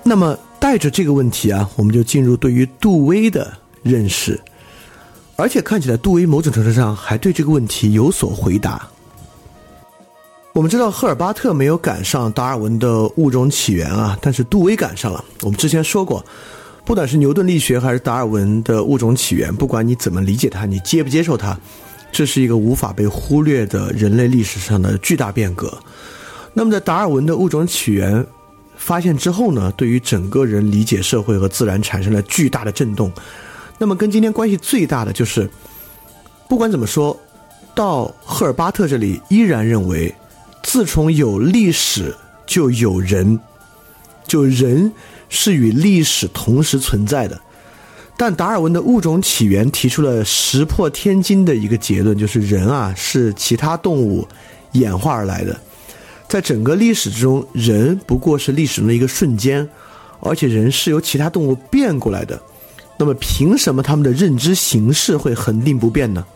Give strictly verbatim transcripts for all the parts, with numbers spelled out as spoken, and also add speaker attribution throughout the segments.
Speaker 1: 那么带着这个问题啊，我们就进入对于杜威的认识，而且看起来杜威某种程度上还对这个问题有所回答。我们知道赫尔巴特没有赶上达尔文的物种起源啊，但是杜威赶上了。我们之前说过，不管是牛顿力学还是达尔文的物种起源，不管你怎么理解它，你接不接受它，这是一个无法被忽略的人类历史上的巨大变革。那么在达尔文的物种起源发现之后呢，对于整个人理解社会和自然产生了巨大的震动。那么跟今天关系最大的就是，不管怎么说，到赫尔巴特这里依然认为自从有历史就有人，就人是与历史同时存在的。但达尔文的物种起源提出了石破天惊的一个结论，就是人啊是其他动物演化而来的，在整个历史之中，人不过是历史中的一个瞬间，而且人是由其他动物变过来的。那么凭什么他们的认知形式会恒定不变呢？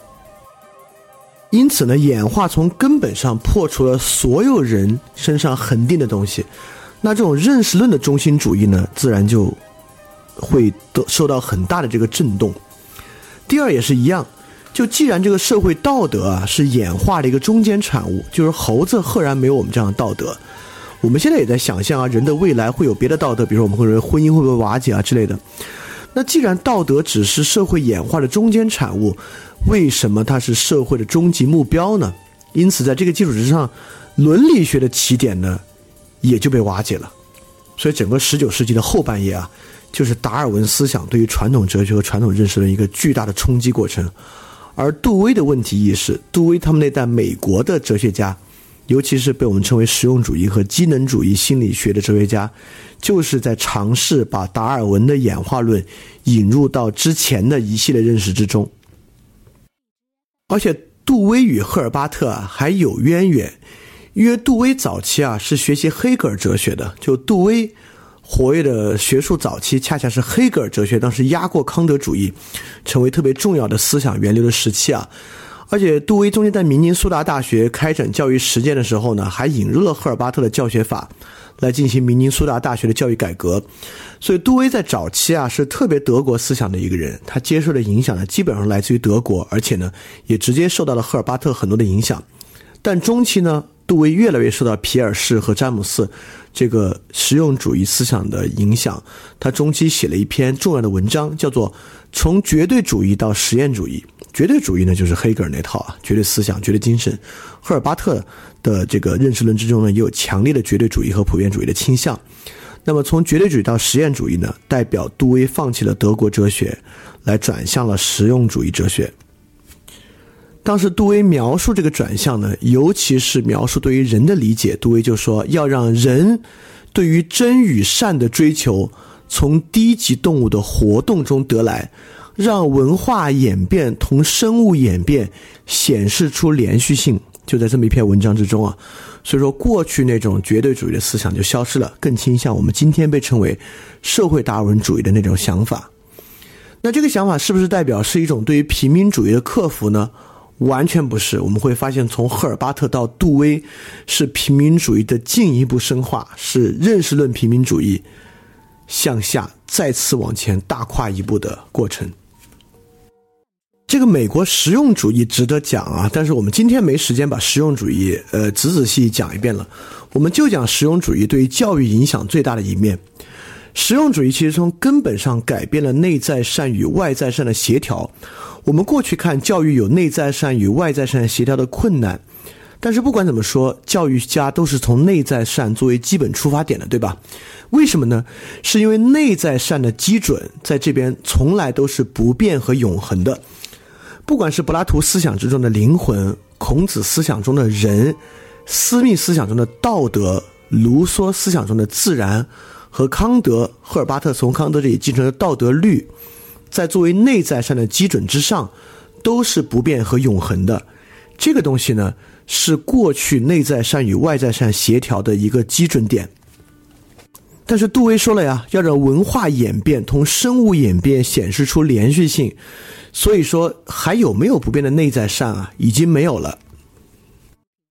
Speaker 1: 因此呢，演化从根本上破除了所有人身上恒定的东西，那这种认识论的中心主义呢，自然就会受到很大的这个震动。第二也是一样，就既然这个社会道德啊是演化的一个中间产物，就是猴子赫然没有我们这样的道德，我们现在也在想象啊，人的未来会有别的道德，比如说我们会认为婚姻会不会瓦解啊之类的。那既然道德只是社会演化的中间产物，为什么它是社会的终极目标呢？因此在这个基础之上，伦理学的起点呢也就被瓦解了。所以整个十九世纪的后半叶啊，就是达尔文思想对于传统哲学和传统认识的一个巨大的冲击过程。而杜威的问题意识，杜威他们那代美国的哲学家，尤其是被我们称为实用主义和机能主义心理学的哲学家，就是在尝试把达尔文的演化论引入到之前的一系列认识之中。而且杜威与赫尔巴特啊还有渊源，因为杜威早期啊是学习黑格尔哲学的，就杜威活跃的学术早期恰恰是黑格尔哲学当时压过康德主义，成为特别重要的思想源流的时期啊。而且杜威中间在明尼苏达大学开展教育实践的时候呢，还引入了赫尔巴特的教学法来进行明尼苏达大学的教育改革。所以杜威在早期啊是特别德国思想的一个人，他接受的影响呢基本上来自于德国，而且呢也直接受到了赫尔巴特很多的影响。但中期呢，杜威越来越受到皮尔士和詹姆斯这个实用主义思想的影响，他中期写了一篇重要的文章，叫做《从绝对主义到实验主义》。绝对主义呢就是黑格尔那套啊，绝对思想、绝对精神。赫尔巴特的这个认识论之中呢，也有强烈的绝对主义和普遍主义的倾向。那么从绝对主义到实验主义呢，代表杜威放弃了德国哲学，来转向了实用主义哲学。当时杜威描述这个转向呢，尤其是描述对于人的理解，杜威就说要让人对于真与善的追求从低级动物的活动中得来，让文化演变同生物演变显示出连续性，就在这么一篇文章之中啊。所以说过去那种绝对主义的思想就消失了，更倾向我们今天被称为社会达尔文主义的那种想法。那这个想法是不是代表是一种对于平民主义的克服呢？完全不是。我们会发现从赫尔巴特到杜威是平民主义的进一步深化，是认识论平民主义向下再次往前大跨一步的过程。这个美国实用主义值得讲啊，但是我们今天没时间把实用主义呃仔仔细细讲一遍了，我们就讲实用主义对于教育影响最大的一面。实用主义其实从根本上改变了内在善与外在善的协调。我们过去看教育有内在善与外在善协调的困难，但是不管怎么说，教育家都是从内在善作为基本出发点的，对吧？为什么呢？是因为内在善的基准在这边从来都是不变和永恒的。不管是柏拉图思想之中的灵魂，孔子思想中的人，斯密思想中的道德，卢梭思想中的自然，和康德、赫尔巴特从康德这里继承的道德律，在作为内在善的基准之上，都是不变和永恒的。这个东西呢，是过去内在善与外在善协调的一个基准点。但是杜威说了呀，要让文化演变同生物演变显示出连续性，所以说还有没有不变的内在善啊？已经没有了。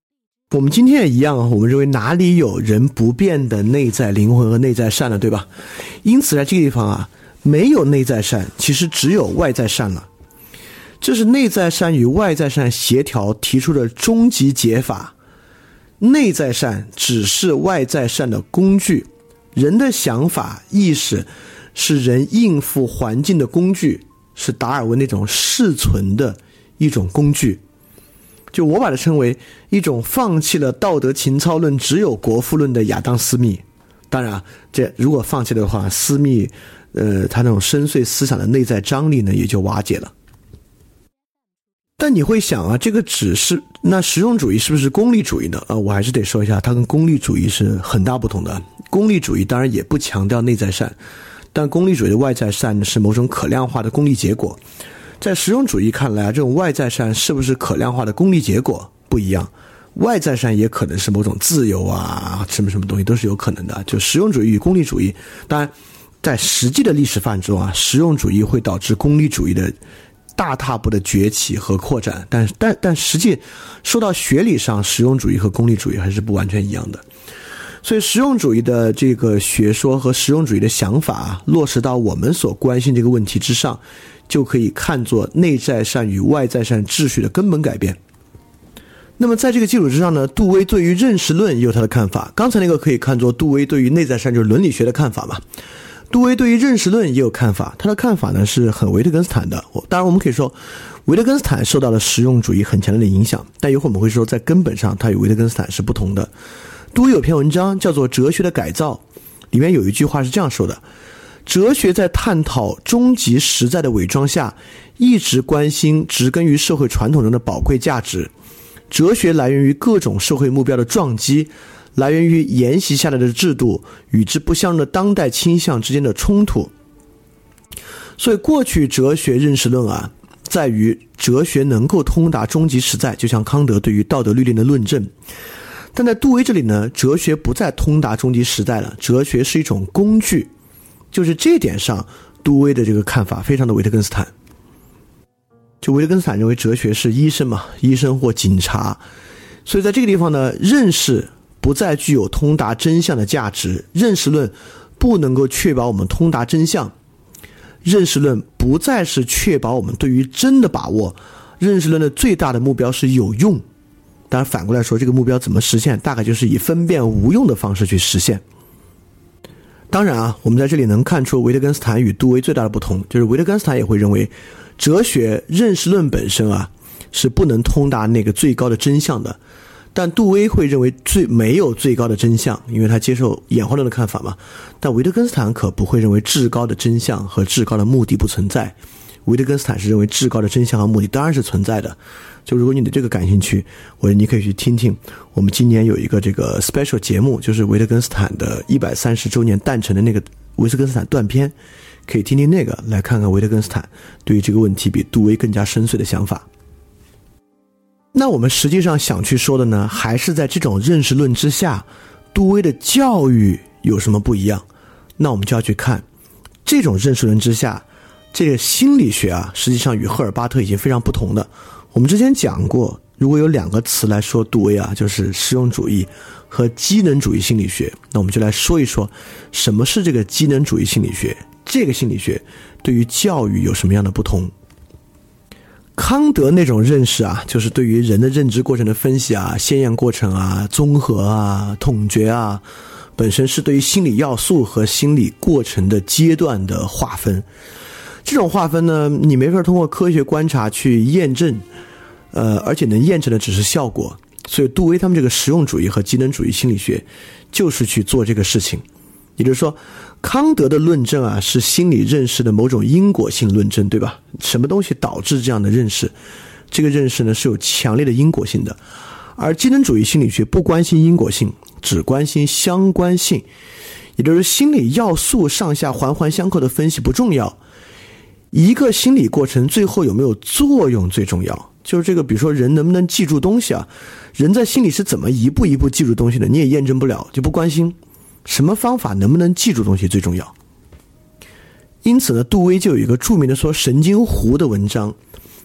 Speaker 1: 我们今天也一样，我们认为哪里有人不变的内在灵魂和内在善了，对吧？因此在这个地方啊，没有内在善，其实只有外在善了。这是内在善与外在善协调提出的终极解法。内在善只是外在善的工具，人的想法、意识是人应付环境的工具，是达尔文那种适存的一种工具。就我把它称为一种放弃了道德情操论只有国富论的亚当斯密。当然这如果放弃的话，斯密呃他那种深邃思想的内在张力呢也就瓦解了。但你会想啊，这个只是那实用主义是不是功利主义呢？呃，我还是得说一下，它跟功利主义是很大不同的。功利主义当然也不强调内在善，但功利主义的外在善是某种可量化的功利结果。在实用主义看来，这种外在善是不是可量化的功利结果不一样，外在善也可能是某种自由啊，什么什么东西都是有可能的。就实用主义与功利主义，当然在实际的历史范畴啊，实用主义会导致功利主义的大踏步的崛起和扩展，但但但实际说到学理上，实用主义和功利主义还是不完全一样的。所以实用主义的这个学说和实用主义的想法落实到我们所关心这个问题之上，就可以看作内在善与外在善秩序的根本改变。那么在这个基础之上呢，杜威对于认识论也有他的看法。刚才那个可以看作杜威对于内在善就是伦理学的看法嘛。杜威对于认识论也有看法，他的看法呢是很维特根斯坦的。当然我们可以说维特根斯坦受到了实用主义很强烈的影响，但一会儿我们会说在根本上他与维特根斯坦是不同的。杜威有篇文章叫做《哲学的改造》，里面有一句话是这样说的：哲学在探讨终极实在的伪装下，一直关心植根于社会传统中的宝贵价值。哲学来源于各种社会目标的撞击，来源于沿袭下来的制度与之不相容的当代倾向之间的冲突。所以过去哲学认识论啊，在于哲学能够通达终极实在，就像康德对于道德律令的论证。但在杜威这里呢，哲学不再通达终极实在了，哲学是一种工具。就是这点上，杜威的这个看法非常的维特根斯坦。就维特根斯坦认为哲学是医生嘛，医生或警察。所以在这个地方呢，认识不再具有通达真相的价值，认识论不能够确保我们通达真相，认识论不再是确保我们对于真的把握，认识论的最大的目标是有用。当然反过来说，这个目标怎么实现，大概就是以分辨无用的方式去实现。当然啊，我们在这里能看出维特根斯坦与杜威最大的不同，就是维特根斯坦也会认为哲学认识论本身啊是不能通达那个最高的真相的，但杜威会认为最没有最高的真相，因为他接受演化论的看法嘛。但维特根斯坦可不会认为至高的真相和至高的目的不存在，维特根斯坦是认为至高的真相和目的当然是存在的。就如果你对这个感兴趣，我你可以去听听我们今年有一个这个 special 节目，就是维特根斯坦的一百三十周年诞辰的那个维特根斯坦断片，可以听听那个，来看看维特根斯坦对于这个问题比杜威更加深邃的想法。那我们实际上想去说的呢，还是在这种认识论之下，杜威的教育有什么不一样。那我们就要去看这种认识论之下，这个心理学啊，实际上与赫尔巴特已经非常不同的。我们之前讲过，如果有两个词来说杜威啊，就是实用主义和机能主义心理学。那我们就来说一说什么是这个机能主义心理学，这个心理学对于教育有什么样的不同。康德那种认识啊，就是对于人的认知过程的分析啊，先验过程啊，综合啊，统觉啊，本身是对于心理要素和心理过程的阶段的划分。这种划分呢，你没法通过科学观察去验证，呃，而且能验证的只是效果。所以杜威他们这个实用主义和机能主义心理学就是去做这个事情。也就是说，康德的论证啊，是心理认识的某种因果性论证，对吧？什么东西导致这样的认识，这个认识呢是有强烈的因果性的。而机能主义心理学不关心因果性，只关心相关性，也就是心理要素上下环环相扣的分析不重要，一个心理过程最后有没有作用最重要。就是这个，比如说人能不能记住东西啊，人在心里是怎么一步一步记住东西的，你也验证不了，就不关心什么方法能不能记住东西最重要。因此呢，杜威就有一个著名的说神经弧的文章，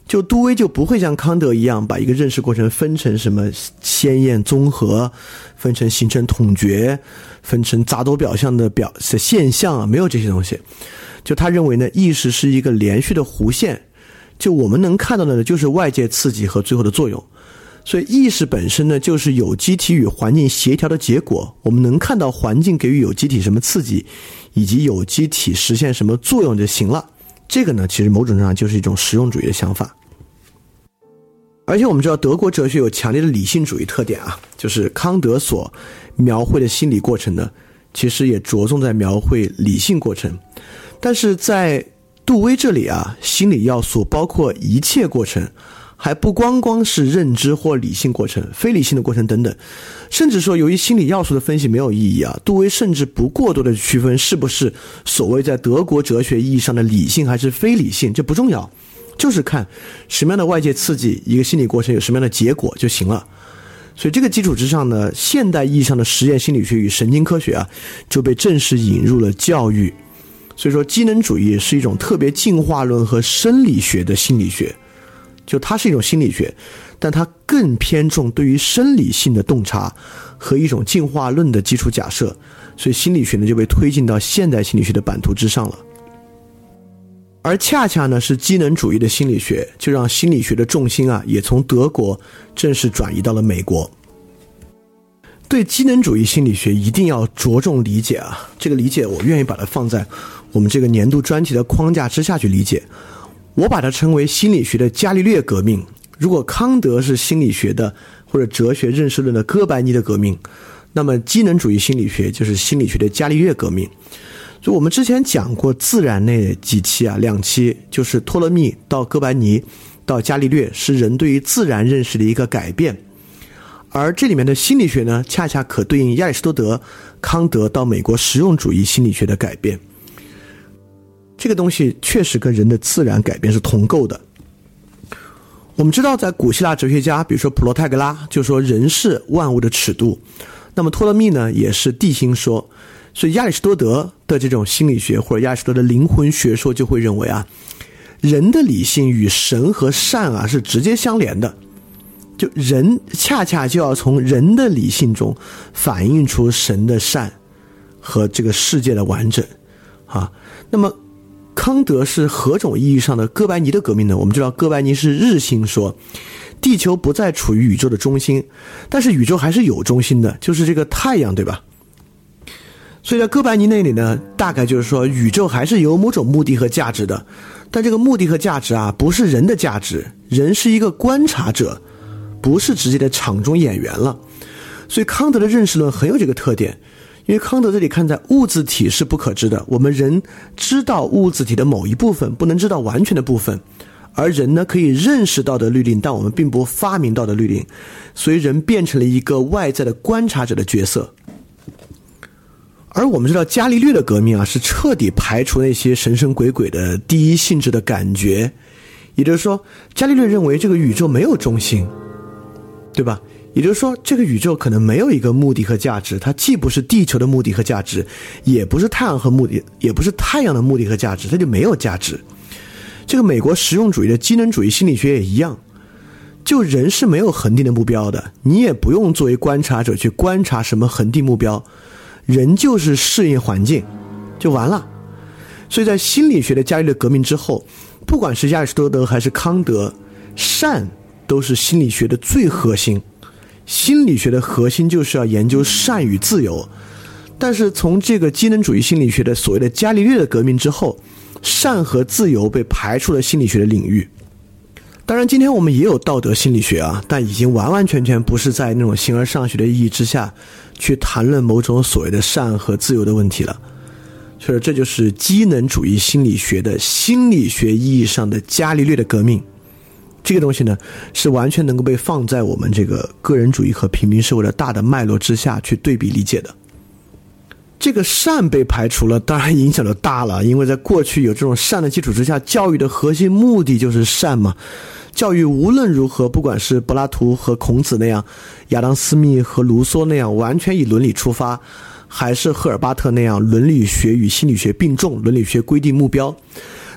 Speaker 1: 就杜威就不会像康德一样把一个认识过程分成什么鲜艳综合，分成形成统觉，分成杂多表象的表的现象啊，没有这些东西。就他认为呢，意识是一个连续的弧线，就我们能看到的呢，就是外界刺激和最后的作用。所以意识本身呢，就是有机体与环境协调的结果。我们能看到环境给予有机体什么刺激，以及有机体实现什么作用就行了。这个呢，其实某种程度上就是一种实用主义的想法。而且我们知道德国哲学有强烈的理性主义特点啊，就是康德所描绘的心理过程呢，其实也着重在描绘理性过程。但是在杜威这里啊，心理要素包括一切过程，还不光光是认知或理性过程、非理性的过程等等。甚至说由于心理要素的分析没有意义啊，杜威甚至不过多的区分是不是所谓在德国哲学意义上的理性还是非理性，这不重要，就是看什么样的外界刺激一个心理过程有什么样的结果就行了。所以这个基础之上呢，现代意义上的实验心理学与神经科学啊，就被正式引入了教育。所以说机能主义是一种特别进化论和生理学的心理学，就它是一种心理学，但它更偏重对于生理性的洞察和一种进化论的基础假设，所以心理学呢就被推进到现代心理学的版图之上了。而恰恰呢是机能主义的心理学，就让心理学的重心啊也从德国正式转移到了美国。对机能主义心理学一定要着重理解啊，这个理解我愿意把它放在我们这个年度专题的框架之下去理解。我把它称为心理学的伽利略革命。如果康德是心理学的或者哲学认识论的哥白尼的革命，那么机能主义心理学就是心理学的伽利略革命。就我们之前讲过自然那几期啊，两期就是托勒密到哥白尼到伽利略是人对于自然认识的一个改变，而这里面的心理学呢，恰恰可对应亚里士多德、康德到美国实用主义心理学的改变。这个东西确实跟人的自然改变是同构的。我们知道在古希腊哲学家比如说普罗泰戈拉就说人是万物的尺度，那么托勒密呢也是地心说，所以亚里士多德的这种心理学或者亚里士多德的灵魂学说就会认为啊，人的理性与神和善啊是直接相连的，就人恰恰就要从人的理性中反映出神的善和这个世界的完整啊。那么康德是何种意义上的哥白尼的革命呢？我们知道哥白尼是日心说，地球不再处于宇宙的中心，但是宇宙还是有中心的，就是这个太阳，对吧？所以在哥白尼那里呢，大概就是说宇宙还是有某种目的和价值的，但这个目的和价值啊，不是人的价值，人是一个观察者，不是直接的场中演员了。所以康德的认识论很有这个特点，因为康德这里看在物自体是不可知的，我们人知道物自体的某一部分，不能知道完全的部分，而人呢可以认识道德律令，但我们并不发明道德律令，所以人变成了一个外在的观察者的角色。而我们知道伽利略的革命啊，是彻底排除那些神神鬼鬼的第一性质的感觉，也就是说伽利略认为这个宇宙没有中心，对吧？也就是说这个宇宙可能没有一个目的和价值，它既不是地球的目的和价值，也不是太阳和目的，也不是太阳的目的和价值，它就没有价值。这个美国实用主义的机能主义心理学也一样，就人是没有恒定的目标的，你也不用作为观察者去观察什么恒定目标，人就是适应环境就完了。所以在心理学的伽利略革命之后，不管是亚里士多德还是康德，善都是心理学的最核心。心理学的核心就是要研究善与自由，但是从这个机能主义心理学的所谓的伽利略的革命之后，善和自由被排除了心理学的领域。当然今天我们也有道德心理学啊，但已经完完全全不是在那种形而上学的意义之下去谈论某种所谓的善和自由的问题了。所以这就是机能主义心理学的心理学意义上的伽利略的革命。这个东西呢，是完全能够被放在我们这个个人主义和平民社会的大的脉络之下去对比理解的。这个善被排除了，当然影响就大了，因为在过去有这种善的基础之下，教育的核心目的就是善嘛。教育无论如何，不管是柏拉图和孔子那样，亚当斯密和卢梭那样完全以伦理出发，还是赫尔巴特那样伦理学与心理学并重，伦理学规定目标，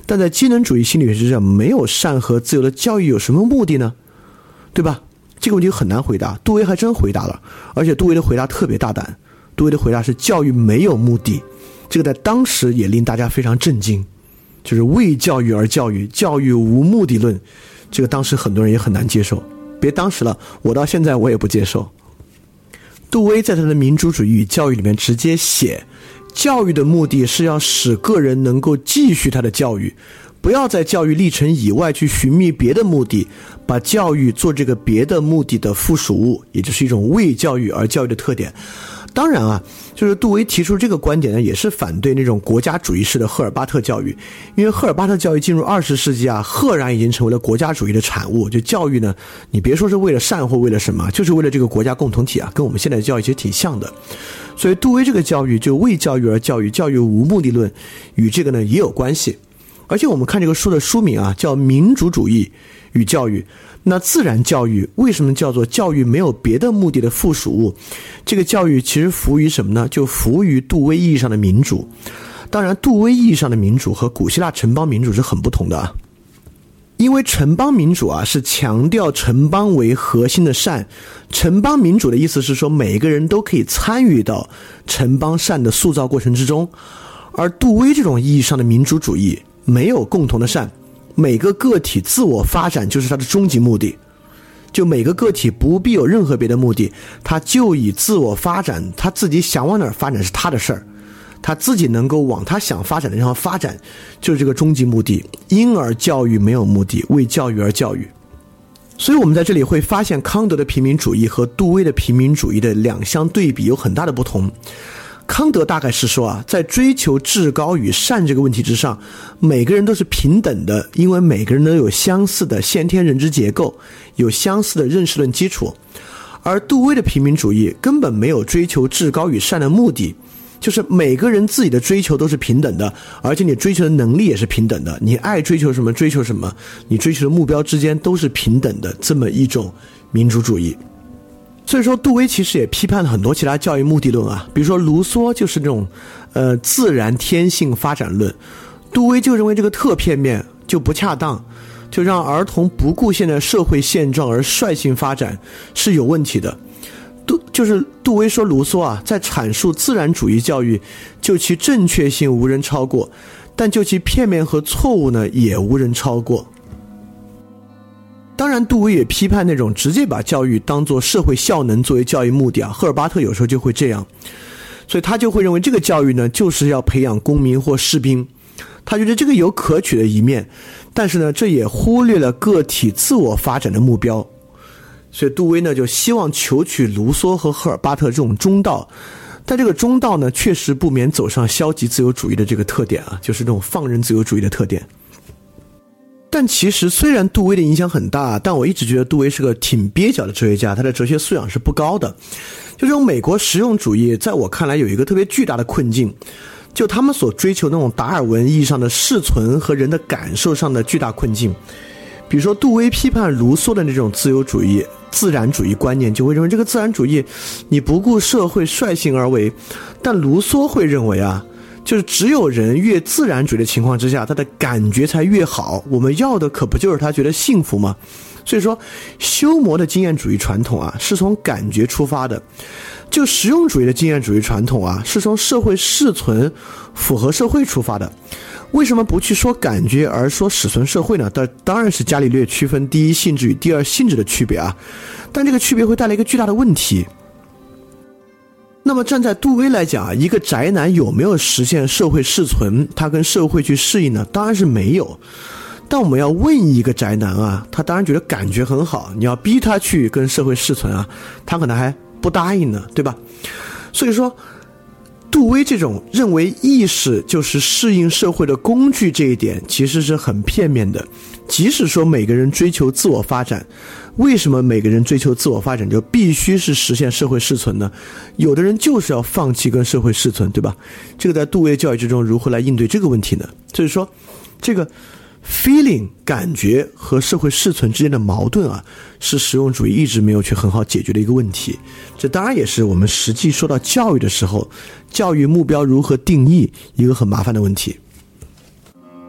Speaker 1: 但在机能主义心理学之上，没有善和自由的教育有什么目的呢？对吧？这个问题很难回答。杜威还真回答了，而且杜威的回答特别大胆。杜威的回答是教育没有目的，这个在当时也令大家非常震惊，就是为教育而教育，教育无目的论，这个当时很多人也很难接受。别当时了，我到现在我也不接受。杜威在他的民主主义与教育里面直接写，教育的目的是要使个人能够继续他的教育，不要在教育历程以外去寻觅别的目的，把教育做这个别的目的的附属物，也就是一种为教育而教育的特点。当然啊，就是杜威提出这个观点呢，也是反对那种国家主义式的赫尔巴特教育，因为赫尔巴特教育进入二十世纪啊，赫然已经成为了国家主义的产物。就教育呢，你别说是为了善或为了什么，就是为了这个国家共同体啊，跟我们现在的教育其实挺像的。所以杜威这个教育就为教育而教育，教育无目的论，与这个呢也有关系。而且我们看这个书的书名啊，叫民主主义与教育。那自然教育为什么叫做教育没有别的目的的附属物？这个教育其实服务于什么呢？就服务于杜威意义上的民主。当然，杜威意义上的民主和古希腊城邦民主是很不同的啊。因为城邦民主啊是强调城邦为核心的善，城邦民主的意思是说每个人都可以参与到城邦善的塑造过程之中，而杜威这种意义上的民主主义没有共同的善，每个个体自我发展就是他的终极目的，就每个个体不必有任何别的目的，他就以自我发展，他自己想往哪儿发展是他的事儿，他自己能够往他想发展的地方发展，就是这个终极目的。因而教育没有目的，为教育而教育。所以我们在这里会发现康德的平民主义和杜威的平民主义的两相对比有很大的不同。康德大概是说啊，在追求至高与善这个问题之上，每个人都是平等的，因为每个人都有相似的先天认知结构，有相似的认识论基础。而杜威的平民主义根本没有追求至高与善的目的，就是每个人自己的追求都是平等的，而且你追求的能力也是平等的，你爱追求什么追求什么，你追求的目标之间都是平等的，这么一种民主主义。所以说杜威其实也批判了很多其他教育目的论啊，比如说卢梭就是那种呃自然天性发展论，杜威就认为这个特片面，就不恰当，就让儿童不顾现在社会现状而率性发展是有问题的。杜就是杜威说卢梭啊，在阐述自然主义教育，就其正确性无人超过，但就其片面和错误呢，也无人超过。当然杜威也批判那种直接把教育当作社会效能作为教育目的啊，赫尔巴特有时候就会这样，所以他就会认为这个教育呢就是要培养公民或士兵，他觉得这个有可取的一面，但是呢这也忽略了个体自我发展的目标。所以杜威呢就希望求取卢梭和赫尔巴特这种中道，但这个中道呢确实不免走上消极自由主义的这个特点啊，就是这种放任自由主义的特点。但其实虽然杜威的影响很大，但我一直觉得杜威是个挺蹩脚的哲学家，他的哲学素养是不高的。就这种美国实用主义在我看来有一个特别巨大的困境，就他们所追求那种达尔文意义上的适存和人的感受上的巨大困境。比如说杜威批判卢梭的那种自由主义自然主义观念，就会认为这个自然主义你不顾社会率性而为，但卢梭会认为啊，就是只有人越自然主义的情况之下，他的感觉才越好，我们要的可不就是他觉得幸福吗？所以说修谟的经验主义传统啊是从感觉出发的，就实用主义的经验主义传统啊是从社会适存符合社会出发的。为什么不去说感觉而说适存社会呢？当然是伽利略区分第一性质与第二性质的区别啊，但这个区别会带来一个巨大的问题。那么站在杜威来讲啊，一个宅男有没有实现社会适存，他跟社会去适应呢？当然是没有。但我们要问一个宅男啊，他当然觉得感觉很好，你要逼他去跟社会适存啊，他可能还不答应呢，对吧？所以说杜威这种认为意识就是适应社会的工具，这一点其实是很片面的。即使说每个人追求自我发展，为什么每个人追求自我发展就必须是实现社会适存呢？有的人就是要放弃跟社会适存，对吧？这个在杜威教育之中如何来应对这个问题呢？就是说这个 feeling 感觉和社会适存之间的矛盾啊，是实用主义一直没有去很好解决的一个问题。这当然也是我们实际说到教育的时候，教育目标如何定义一个很麻烦的问题。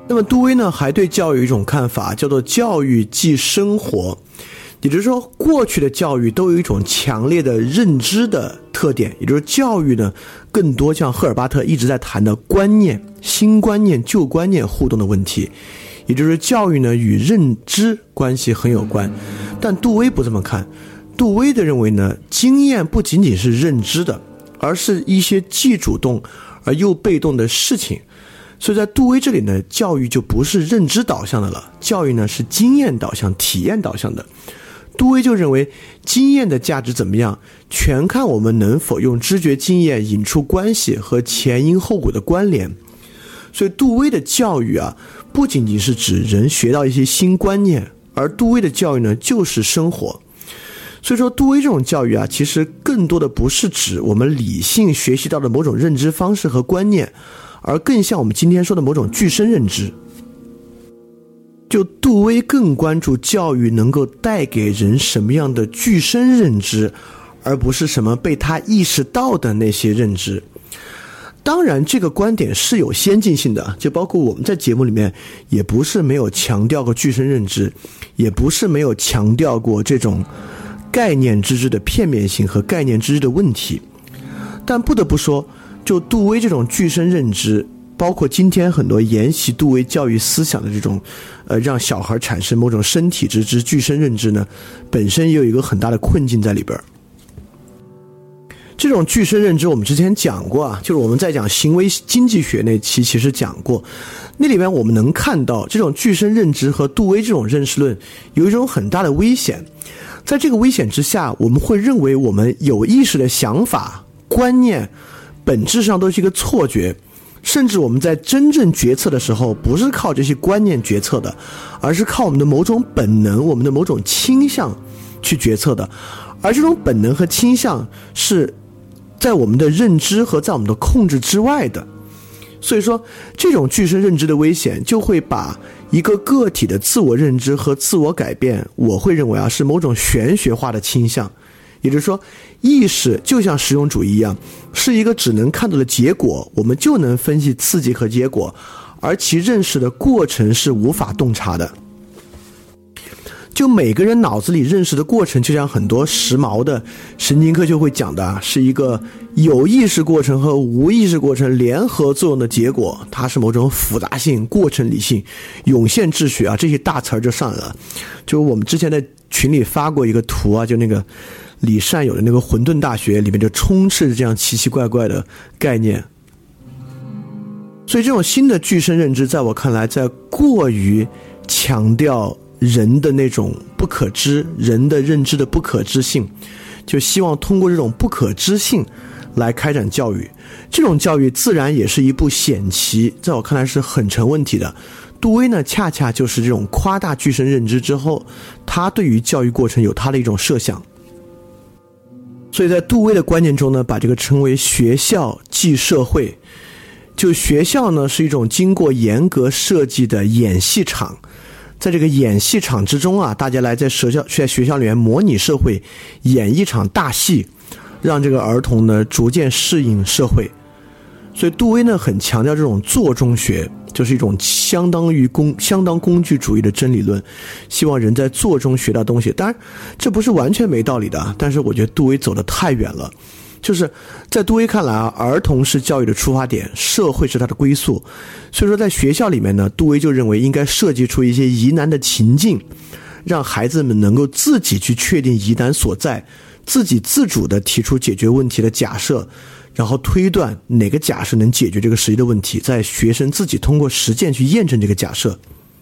Speaker 1: 那么杜威呢还对教育有一种看法，叫做教育即生活。也就是说，过去的教育都有一种强烈的认知的特点，也就是教育呢更多像赫尔巴特一直在谈的观念、新观念、旧观念互动的问题，也就是教育呢与认知关系很有关。但杜威不这么看，杜威的认为呢，经验不仅仅是认知的，而是一些既主动而又被动的事情。所以在杜威这里呢，教育就不是认知导向的了，教育呢是经验导向、体验导向的。杜威就认为经验的价值怎么样，全看我们能否用知觉经验引出关系和前因后果的关联。所以杜威的教育啊，不仅仅是指人学到一些新观念，而杜威的教育呢就是生活。所以说杜威这种教育啊，其实更多的不是指我们理性学习到的某种认知方式和观念，而更像我们今天说的某种具身认知。就杜威更关注教育能够带给人什么样的具身认知，而不是什么被他意识到的那些认知。当然这个观点是有先进性的，就包括我们在节目里面也不是没有强调过具身认知，也不是没有强调过这种概念知识的片面性和概念知识的问题。但不得不说，就杜威这种具身认知，包括今天很多沿袭杜威教育思想的这种呃，让小孩产生某种身体之知、具身认知呢，本身也有一个很大的困境在里边。这种具身认知我们之前讲过啊，就是我们在讲行为经济学那期其实讲过，那里面我们能看到这种具身认知和杜威这种认识论有一种很大的危险。在这个危险之下，我们会认为我们有意识的想法、观念本质上都是一个错觉，甚至我们在真正决策的时候不是靠这些观念决策的，而是靠我们的某种本能、我们的某种倾向去决策的。而这种本能和倾向是在我们的认知和在我们的控制之外的。所以说这种具身认知的危险就会把一个个体的自我认知和自我改变，我会认为啊是某种玄学化的倾向。也就是说，意识就像实用主义一样，是一个只能看到的结果，我们就能分析刺激和结果，而其认识的过程是无法洞察的。就每个人脑子里认识的过程，就像很多时髦的神经科学会讲的，是一个有意识过程和无意识过程联合作用的结果，它是某种复杂性、过程理性、涌现秩序啊，这些大词儿就上来了。就我们之前在群里发过一个图啊，就那个李善友的那个混沌大学里面就充斥着这样奇奇怪怪的概念。所以这种新的具身认知在我看来，在过于强调人的那种不可知，人的认知的不可知性，就希望通过这种不可知性来开展教育。这种教育自然也是一步险棋，在我看来是很成问题的。杜威呢，恰恰就是这种夸大具身认知之后，他对于教育过程有他的一种设想。所以在杜威的观念中呢，把这个称为学校即社会。就学校呢是一种经过严格设计的演戏场，在这个演戏场之中啊，大家来在学校在学校里面模拟社会，演一场大戏，让这个儿童呢逐渐适应社会。所以杜威呢很强调这种做中学，就是一种相当于工相当工具主义的真理论，希望人在做中学到东西。当然这不是完全没道理的，但是我觉得杜威走得太远了。就是在杜威看来啊，儿童是教育的出发点，社会是他的归宿。所以说在学校里面呢，杜威就认为应该设计出一些疑难的情境，让孩子们能够自己去确定疑难所在，自己自主地提出解决问题的假设，然后推断哪个假设能解决这个实际的问题，在学生自己通过实践去验证这个假设。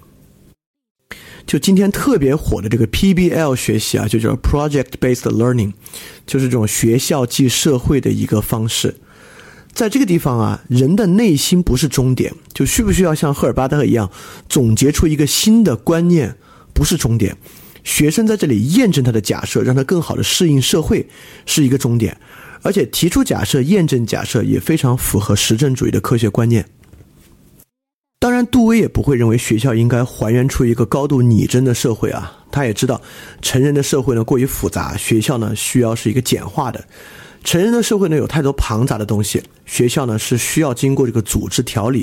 Speaker 1: 就今天特别火的这个 P B L 学习啊，就叫 Project Based Learning， 就是这种学校即社会的一个方式。在这个地方啊，人的内心不是终点，就需不需要像赫尔巴特一样总结出一个新的观念不是终点，学生在这里验证他的假设，让他更好的适应社会是一个终点。而且提出假设、验证假设也非常符合实证主义的科学观念。当然杜威也不会认为学校应该还原出一个高度拟真的社会啊，他也知道成人的社会呢过于复杂，学校呢需要是一个简化的。成人的社会呢有太多庞杂的东西，学校呢是需要经过这个组织调理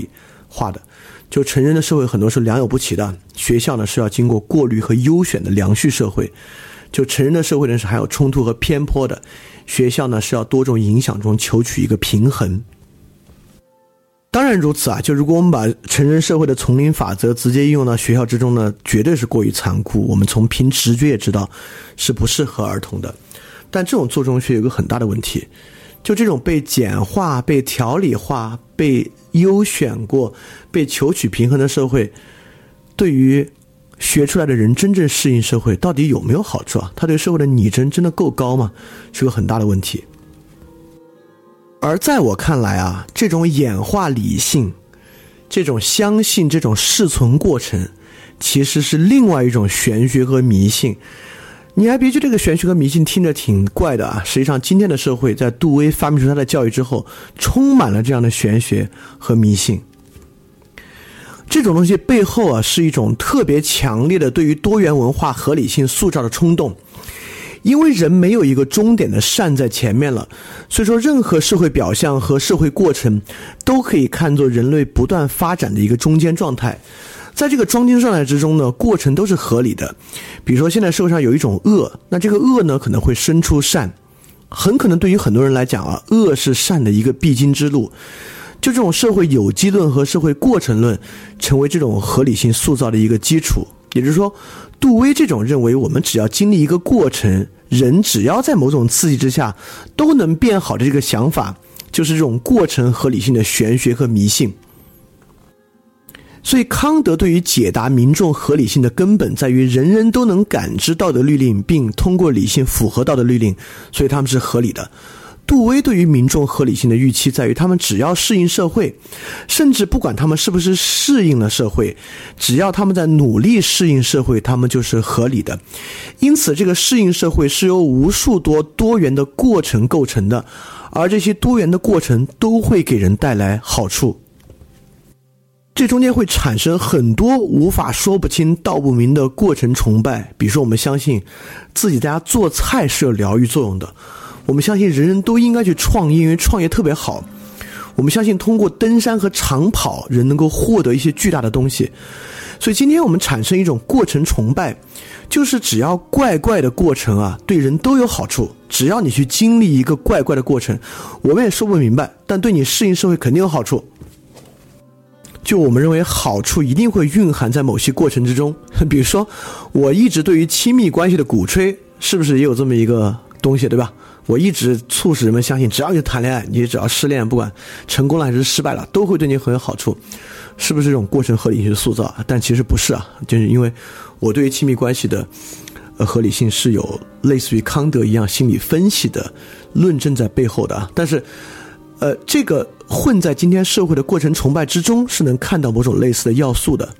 Speaker 1: 化的。就成人的社会很多是良莠不齐的，学校呢是要经过过滤和优选的良序社会。就成人的社会呢是还有冲突和偏颇的，学校呢是要多种影响中求取一个平衡。当然如此啊，就如果我们把成人社会的丛林法则直接应用到学校之中呢，绝对是过于残酷，我们从凭直觉也知道是不适合儿童的。但这种做中学有一个很大的问题，就这种被简化、被条理化、被优选过、被求取平衡的社会，对于学出来的人真正适应社会到底有没有好处啊？他对社会的拟真真的够高吗？是个很大的问题。而在我看来啊，这种演化理性，这种相信这种适存过程，其实是另外一种玄学和迷信。你还别觉得这个玄学和迷信听着挺怪的啊，实际上今天的社会在杜威发明出他的教育之后，充满了这样的玄学和迷信。这种东西背后啊，是一种特别强烈的对于多元文化合理性塑造的冲动。因为人没有一个终点的善在前面了，所以说任何社会表象和社会过程都可以看作人类不断发展的一个中间状态。在这个中间状态之中呢，过程都是合理的。比如说现在社会上有一种恶，那这个恶呢可能会生出善，很可能对于很多人来讲啊，恶是善的一个必经之路。就这种社会有机论和社会过程论成为这种合理性塑造的一个基础。也就是说，杜威这种认为我们只要经历一个过程，人只要在某种刺激之下都能变好的这个想法，就是这种过程合理性的玄学和迷信。所以康德对于解答民众合理性的根本在于人人都能感知道德律令，并通过理性符合道德律令，所以他们是合理的。杜威对于民众合理性的预期在于他们只要适应社会，甚至不管他们是不是适应了社会，只要他们在努力适应社会，他们就是合理的。因此这个适应社会是由无数多多元的过程构成的，而这些多元的过程都会给人带来好处。这中间会产生很多无法说不清道不明的过程崇拜。比如说我们相信自己在家做菜是有疗愈作用的，我们相信人人都应该去创业，因为创业特别好。我们相信通过登山和长跑，人能够获得一些巨大的东西。所以今天我们产生一种过程崇拜，就是只要怪怪的过程啊，对人都有好处。只要你去经历一个怪怪的过程，我们也说不明白，但对你适应社会肯定有好处。就我们认为好处一定会蕴含在某些过程之中。比如说我一直对于亲密关系的鼓吹，是不是也有这么一个东西，对吧？我一直促使人们相信，只要你谈恋爱，你只要失恋，不管成功了还是失败了，都会对你很有好处。是不是这种过程合理性的塑造？但其实不是啊，就是因为我对于亲密关系的呃合理性是有类似于康德一样心理分析的论证在背后的啊。但是呃，这个混在今天社会的过程崇拜之中，是能看到某种类似的要素的。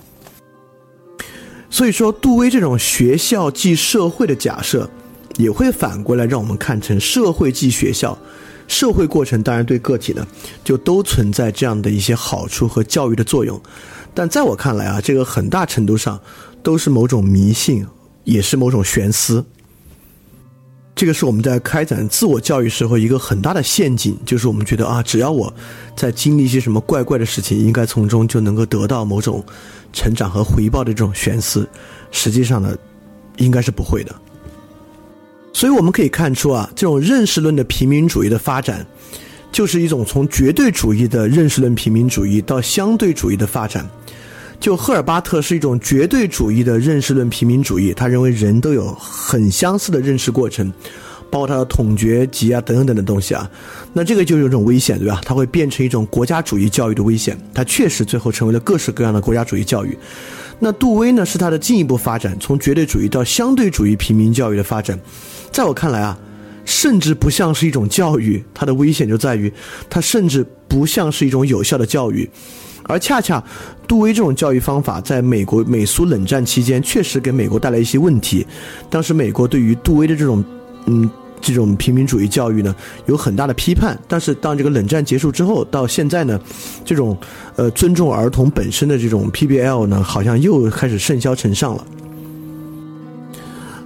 Speaker 1: 所以说杜威这种学校即社会的假设，也会反过来让我们看成社会即学校，社会过程当然对个体呢就都存在这样的一些好处和教育的作用。但在我看来啊，这个很大程度上都是某种迷信，也是某种玄思。这个是我们在开展自我教育时候一个很大的陷阱，就是我们觉得啊，只要我在经历一些什么怪怪的事情，应该从中就能够得到某种成长和回报的这种玄思。实际上呢，应该是不会的。所以我们可以看出啊，这种认识论的平民主义的发展，就是一种从绝对主义的认识论平民主义到相对主义的发展。就赫尔巴特是一种绝对主义的认识论平民主义，他认为人都有很相似的认识过程，包括他的统觉集啊等等等的东西啊。那这个就有一种危险，对吧？它会变成一种国家主义教育的危险，它确实最后成为了各式各样的国家主义教育。那杜威呢，是他的进一步发展，从绝对主义到相对主义平民教育的发展。在我看来啊，甚至不像是一种教育，它的危险就在于它甚至不像是一种有效的教育。而恰恰杜威这种教育方法在美国美苏冷战期间确实给美国带来一些问题。当时美国对于杜威的这种嗯这种平民主义教育呢有很大的批判，但是当这个冷战结束之后，到现在呢，这种呃尊重儿童本身的这种 P B L 呢好像又开始甚嚣尘上了。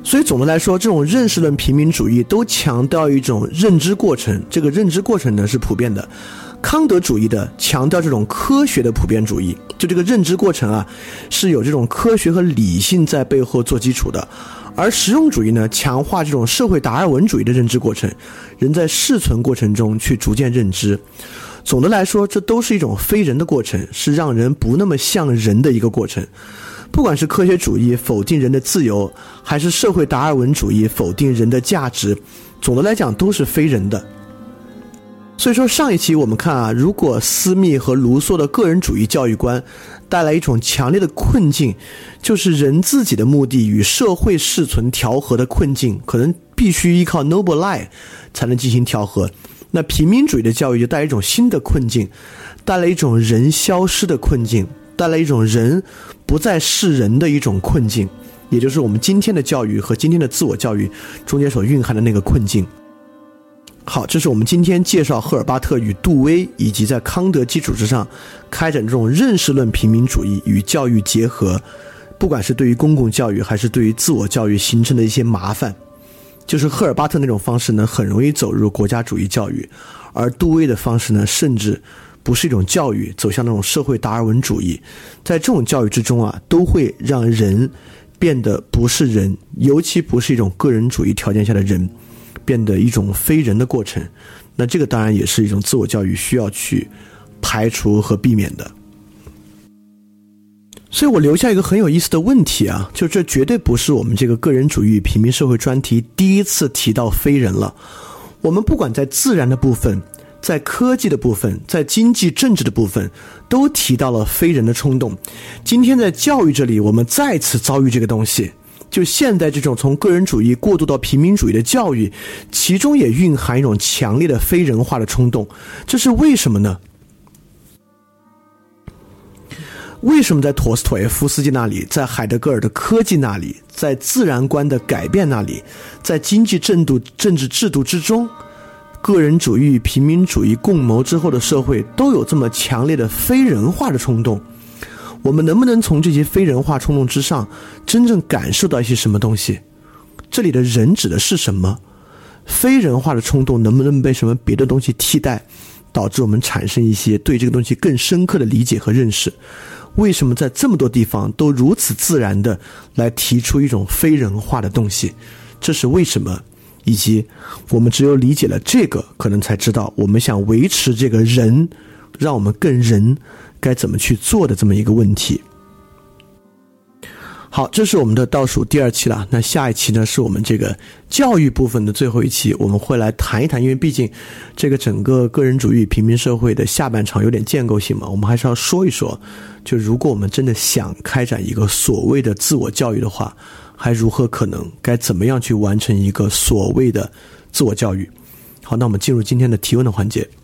Speaker 1: 所以总的来说，这种认识论平民主义都强调一种认知过程，这个认知过程呢是普遍的。康德主义的强调这种科学的普遍主义，就这个认知过程啊是有这种科学和理性在背后做基础的。而实用主义呢，强化这种社会达尔文主义的认知过程，人在适存过程中去逐渐认知。总的来说，这都是一种非人的过程，是让人不那么像人的一个过程。不管是科学主义否定人的自由，还是社会达尔文主义否定人的价值，总的来讲都是非人的。所以说上一期我们看啊，如果斯密和卢梭的个人主义教育观带来一种强烈的困境，就是人自己的目的与社会适存调和的困境，可能必须依靠 noble lie 才能进行调和。那平民主义的教育就带来一种新的困境，带来一种人消失的困境，带来一种人不再是人的一种困境，也就是我们今天的教育和今天的自我教育中间所蕴含的那个困境。好，这是我们今天介绍赫尔巴特与杜威，以及在康德基础之上开展这种认识论平民主义与教育结合，不管是对于公共教育还是对于自我教育形成的一些麻烦。就是赫尔巴特那种方式呢，很容易走入国家主义教育，而杜威的方式呢，甚至不是一种教育，走向那种社会达尔文主义。在这种教育之中啊，都会让人变得不是人，尤其不是一种个人主义条件下的人，变得一种非人的过程。那这个当然也是一种自我教育需要去排除和避免的。所以我留下一个很有意思的问题啊，就这绝对不是我们这个个人主义与平民社会专题第一次提到非人了。我们不管在自然的部分，在科技的部分，在经济政治的部分，都提到了非人的冲动。今天在教育这里，我们再次遭遇这个东西。就现在这种从个人主义过渡到平民主义的教育，其中也蕴含一种强烈的非人化的冲动。这是为什么呢？为什么在陀思妥耶夫斯基那里，在海德格尔的科技那里，在自然观的改变那里，在经济制度政治制度之中，个人主义与平民主义共谋之后的社会都有这么强烈的非人化的冲动？我们能不能从这些非人化冲动之上真正感受到一些什么东西？这里的人指的是什么？非人化的冲动能不能被什么别的东西替代，导致我们产生一些对这个东西更深刻的理解和认识？为什么在这么多地方都如此自然的来提出一种非人化的东西？这是为什么？以及我们只有理解了这个，可能才知道我们想维持这个人，让我们更人该怎么去做的这么一个问题。好，这是我们的倒数第二期了。那下一期呢，是我们这个教育部分的最后一期，我们会来谈一谈，因为毕竟这个整个个人主义平民社会的下半场有点建构性嘛，我们还是要说一说，就如果我们真的想开展一个所谓的自我教育的话，还如何可能，该怎么样去完成一个所谓的自我教育。好，那我们进入今天的提问的环节。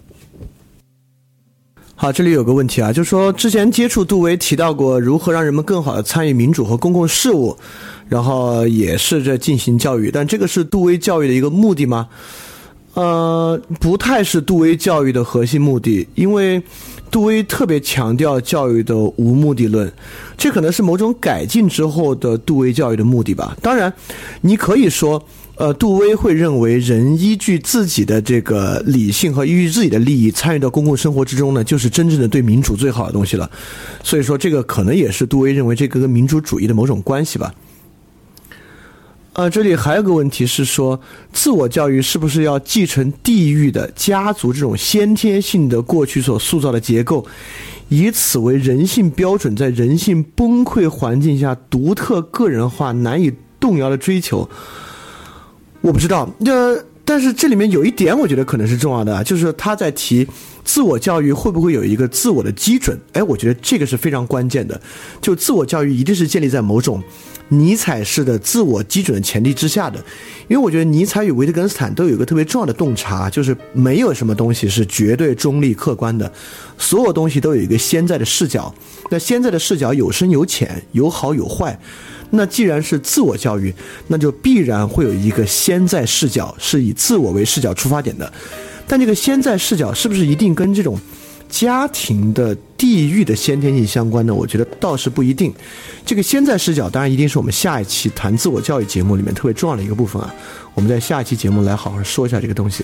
Speaker 1: 好，这里有个问题啊，就是说之前接触杜威提到过如何让人们更好的参与民主和公共事务，然后也是在进行教育，但这个是杜威教育的一个目的吗？呃，不太是杜威教育的核心目的，因为杜威特别强调教育的无目的论，这可能是某种改进之后的杜威教育的目的吧。当然，你可以说呃，杜威会认为人依据自己的这个理性和依据自己的利益参与到公共生活之中呢，就是真正的对民主最好的东西了。所以说这个可能也是杜威认为这个跟民主主义的某种关系吧。呃，这里还有个问题是说，自我教育是不是要继承地域的家族这种先天性的过去所塑造的结构，以此为人性标准，在人性崩溃环境下独特个人化难以动摇的追求？我不知道，呃，但是这里面有一点我觉得可能是重要的，就是他在提自我教育会不会有一个自我的基准。哎，我觉得这个是非常关键的，就自我教育一定是建立在某种尼采式的自我基准的前提之下的。因为我觉得尼采与维特根斯坦都有一个特别重要的洞察，就是没有什么东西是绝对中立客观的，所有东西都有一个现在的视角，那现在的视角有深有浅，有好有坏。那既然是自我教育，那就必然会有一个现在视角，是以自我为视角出发点的。但这个现在视角是不是一定跟这种家庭的地域的先天性相关呢，我觉得倒是不一定。这个先在视角当然一定是我们下一期谈自我教育节目里面特别重要的一个部分啊，我们在下一期节目来好好说一下这个东西。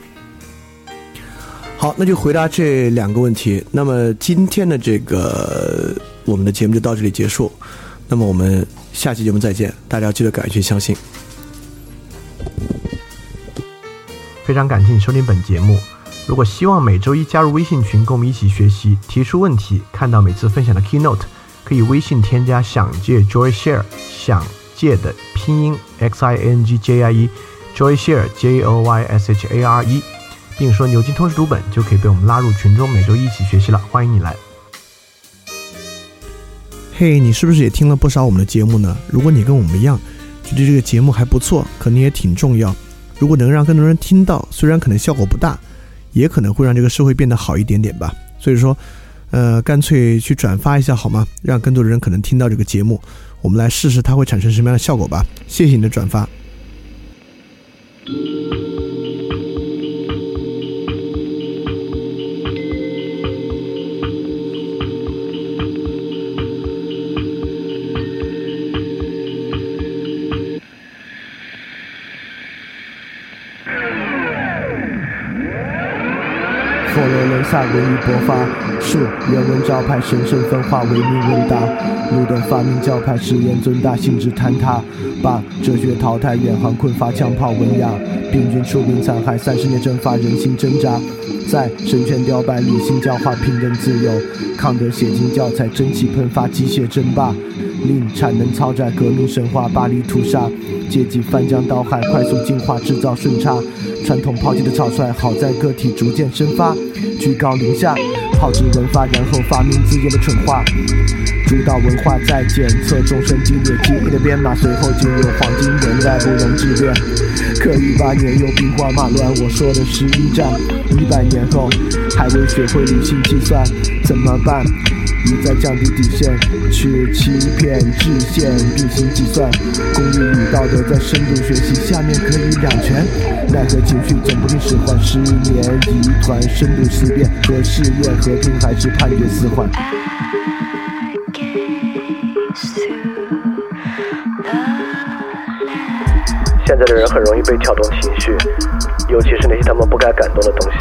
Speaker 1: 好，那就回答这两个问题。那么今天的这个我们的节目就到这里结束，那么我们下期节目再见，大家要记得敢于去相信。
Speaker 2: 非常感谢你收听本节目，如果希望每周一加入微信群跟我们一起学习，提出问题，看到每次分享的 keynote， 可以微信添加想借 Joy Share， 想借的拼音 X I N G J I E Joy Share J O Y S H A R E， 并说牛津通识读本，就可以被我们拉入群中，每周一起学习了，欢迎你来。
Speaker 1: 嘿、hey, 你是不是也听了不少我们的节目呢？如果你跟我们一样觉得这个节目还不错，可能也挺重要，如果能让更多人听到，虽然可能效果不大，也可能会让这个社会变得好一点点吧。所以说呃，干脆去转发一下好吗？让更多的人可能听到这个节目，我们来试试它会产生什么样的效果吧。谢谢你的转发。佛罗伦萨文艺勃发，树人文招牌神圣分化，唯命问答。路灯发明教派实验尊大，性质坍塌，把哲学淘汰，远航困乏，枪炮文雅，病菌出兵残害，三十年蒸发，人心挣扎。在神权雕败，理性教化，平等自由，康德写进教材，蒸汽喷发，机械争霸，令产能超载，革命神话，巴黎屠杀，阶级翻江倒海，快速进化，制造顺差，传统抛弃的草率，好在个体逐渐生发，居高临下，炮制文化，然后发明自由的蠢话，主导文化在检测众生激烈记忆的编码，随后进入黄金年代，不容置辩。可一八年又兵荒马乱，我说的是一战，一百年后还未学会理性计算，怎么办？一再降低底线，去欺骗制限，并行计算，公益与道德在深度学习，下面可以两全，奈何情绪总不听使唤，十年一团深度思辨，和试验和平还是判决死缓。现在的人很容易被挑动情绪，尤其是那些他们不该感动的东西。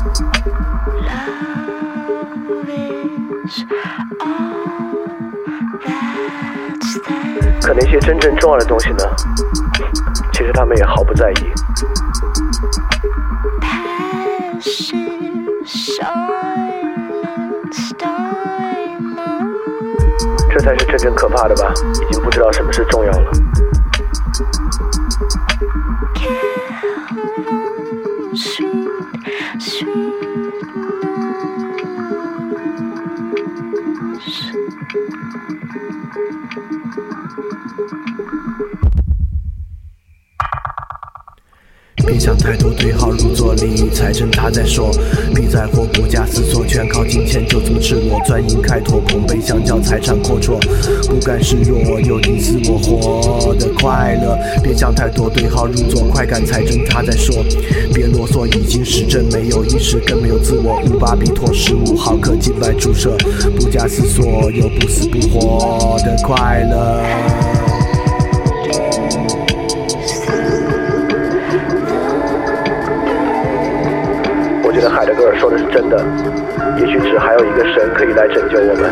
Speaker 1: 可那些真正重要的东西呢，其实他们也毫不在意。这才是真正可怕的吧，已经不知道什么是重要了。别想太多，对号入座，利益财政他在说，别在乎国家思索，全靠金钱就这么赤裸，专营开拓，捧杯相较，财产阔绰，不甘示弱，有你死我活的快乐。别想太多，对号入座，快感财政他在说，别啰嗦，已经实证，没有意识，更没有自我。乌巴比妥十五毫克静脉注射，不假思索，有不死不活的快乐。我觉得海德格尔说的是真的，也许只还有一个神可以来拯救我们。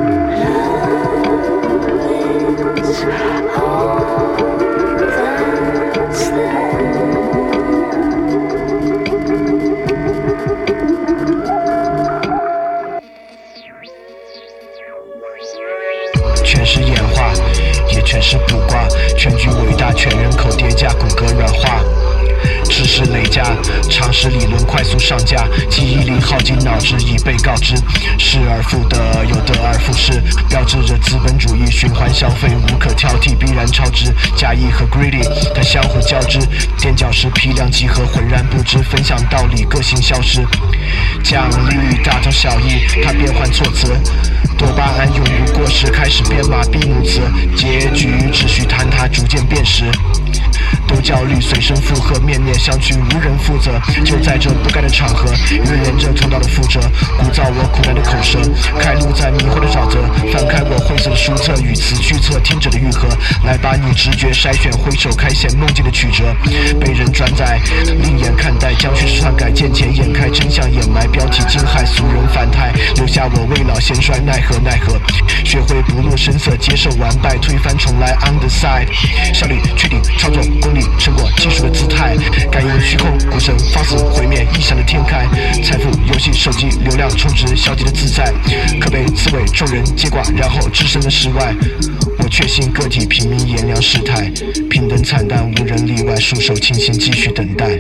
Speaker 1: 全是演化，也全是卜卦，全局伟大，全人口叠加，骨骼软化。知识累加，常识理论快速上架，记忆力耗尽，脑汁已被告知，失而复得，又得而复失，标志着资本主义循环消费无可挑剔，必然超值。假意和 greedy 它相互交织，垫脚石批量集合，浑然不知，分享道理，个性消失。奖励大同小异，它变换措辞，多巴胺永不过时，开始编码闭幕词，结局秩序坍塌，逐渐变实。
Speaker 3: 都焦虑，随声附和，面面相觑，无人负责。就在这不该的场合，预言着通道的覆辙，鼓噪我苦难的口舌，开路在迷惑的沼泽，翻开我晦涩的书册，语词去测听者的愈合，来把你直觉筛选，挥手开显梦境的曲折，被人转载，另眼看待，将叙事篡改，见钱眼开，真相掩埋，标题惊骇，俗人反态，留下我未老先衰，奈何奈何，学会不露声色，接受完败，推翻重来 on the side， 效率确定，操作功力，成果技术的姿态，感应虚空，股神放肆毁灭，异想的天开，财富游戏手机流量充值，消极的自在，可被刺猬众人接挂，然后置身的世外。我确信个体平民炎凉世态，平等惨淡，无人例外，束手清心，继续等待。